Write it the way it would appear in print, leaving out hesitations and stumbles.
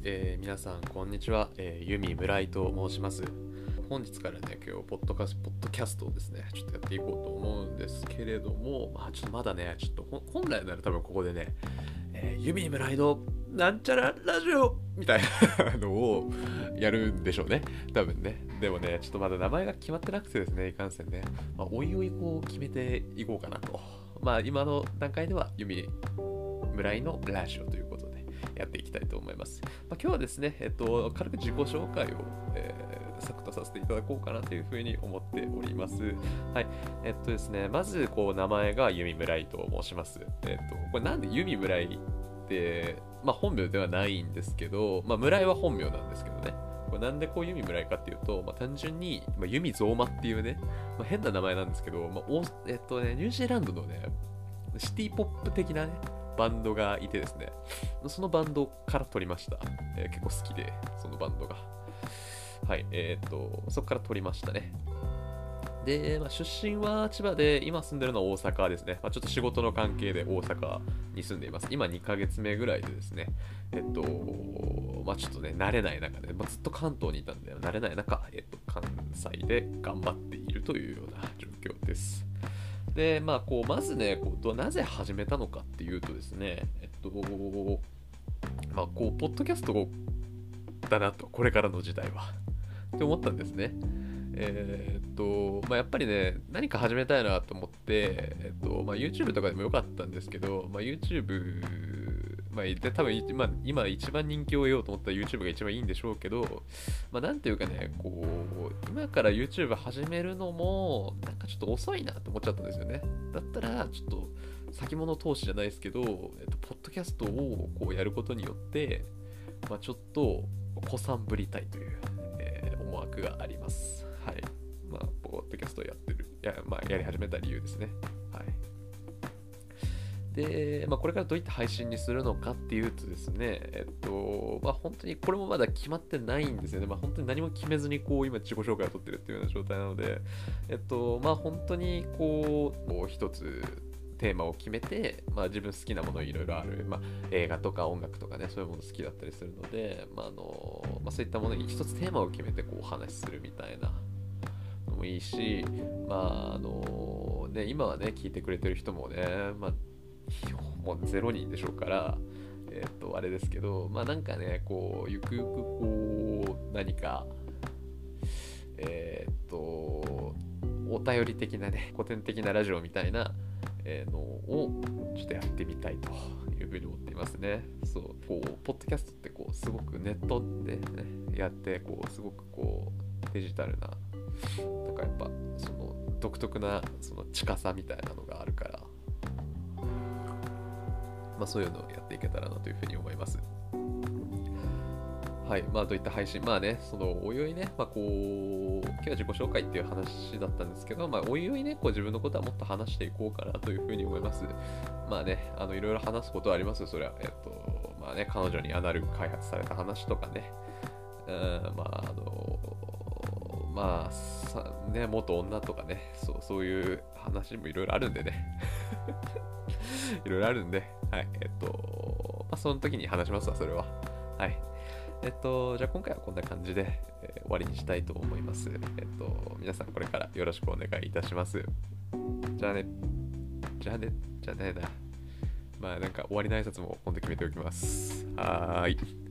皆さんこんにちは、ユミ村井と申します。本日からね、今日ポッドキャストをですね、ちょっとやっていこうと思うんですけれども、ちょっとまだね、ちょっと本来なら多分ここでね、ユミ村井のなんちゃらラジオみたいなのをやるんでしょうね、多分ね。でもね、ちょっとまだ名前が決まってなくてですね、いかんせんね、おいおいこう決めていこうかなと。今の段階ではユミ村井のラジオということでやっていきたいと思います。今日はですね、軽く自己紹介を、サクッとさせていただこうかなというふうに思っております。はい。ですね、まず、名前がユミ村井と申します。これなんでユミ村井って、本名ではないんですけど、村井は本名なんですけどね。これなんでユミ村井かっていうと、単純に、ユミゾーマっていうね、変な名前なんですけど、ニュージーランドのね、シティポップ的なね、バンドがいてですね、そのバンドから撮りました。結構好きで、そのバンドが。はい、そこから撮りましたね。で、出身は千葉で、今住んでるのは大阪ですね。ちょっと仕事の関係で大阪に住んでいます。今2ヶ月目ぐらいでですね、ちょっとね、慣れない中で、ずっと関東にいたんで、慣れない中、関西で頑張っているというような状況です。で、まずね、なぜ始めたのかっていうとですね、ポッドキャストだなと、これからの時代は。って思ったんですね。やっぱりね、何か始めたいなと思って、YouTube とかでもよかったんですけど、YouTube、で多分、今一番人気を得ようと思ったら YouTube が一番いいんでしょうけど、なんていうかね、今から YouTube 始めるのも、なんかちょっと遅いなと思っちゃったんですよね。だったら、ちょっと先物投資じゃないですけど、ポッドキャストをやることによって、ちょっと子さんぶりたいという、思惑があります。はい。ポッドキャストをやり始めた理由ですね。はい。で、これからどういった配信にするのかっていうとですね、本当にこれもまだ決まってないんですよね。本当に何も決めずに今自己紹介を取ってるっていうような状態なので、本当に一つテーマを決めて、自分好きなものいろいろある、映画とか音楽とかね、そういうもの好きだったりするので、そういったものに一つテーマを決めてお話しするみたいなのもいいし、今はね、聞いてくれてる人もね、もう0人でしょうから、あれですけど、なんかね、ゆくゆく何か、お便り的なね、古典的なラジオみたいな、のをちょっとやってみたいというふうに思っていますね。そう、ポッドキャストってすごくネットで、ね、やってすごくデジタルな、なんかやっぱその独特なその近さみたいなのがあるから、そういうのをやっていけたらなというふうに思います。はい、どういった配信、おいおいね、今日は自己紹介っていう話だったんですけど、おいおいね、自分のことはもっと話していこうかなというふうに思います。いろいろ話すことはありますよ、それは。彼女にアナル開発された話とかね、元女とかね、そういう話もいろいろあるんでね。いろいろあるんで、はい、その時に話しますわ、それは。はい。じゃあ今回はこんな感じで、終わりにしたいと思います。皆さんこれからよろしくお願いいたします。じゃあねな。なんか終わりの挨拶も今度決めておきます。はーい。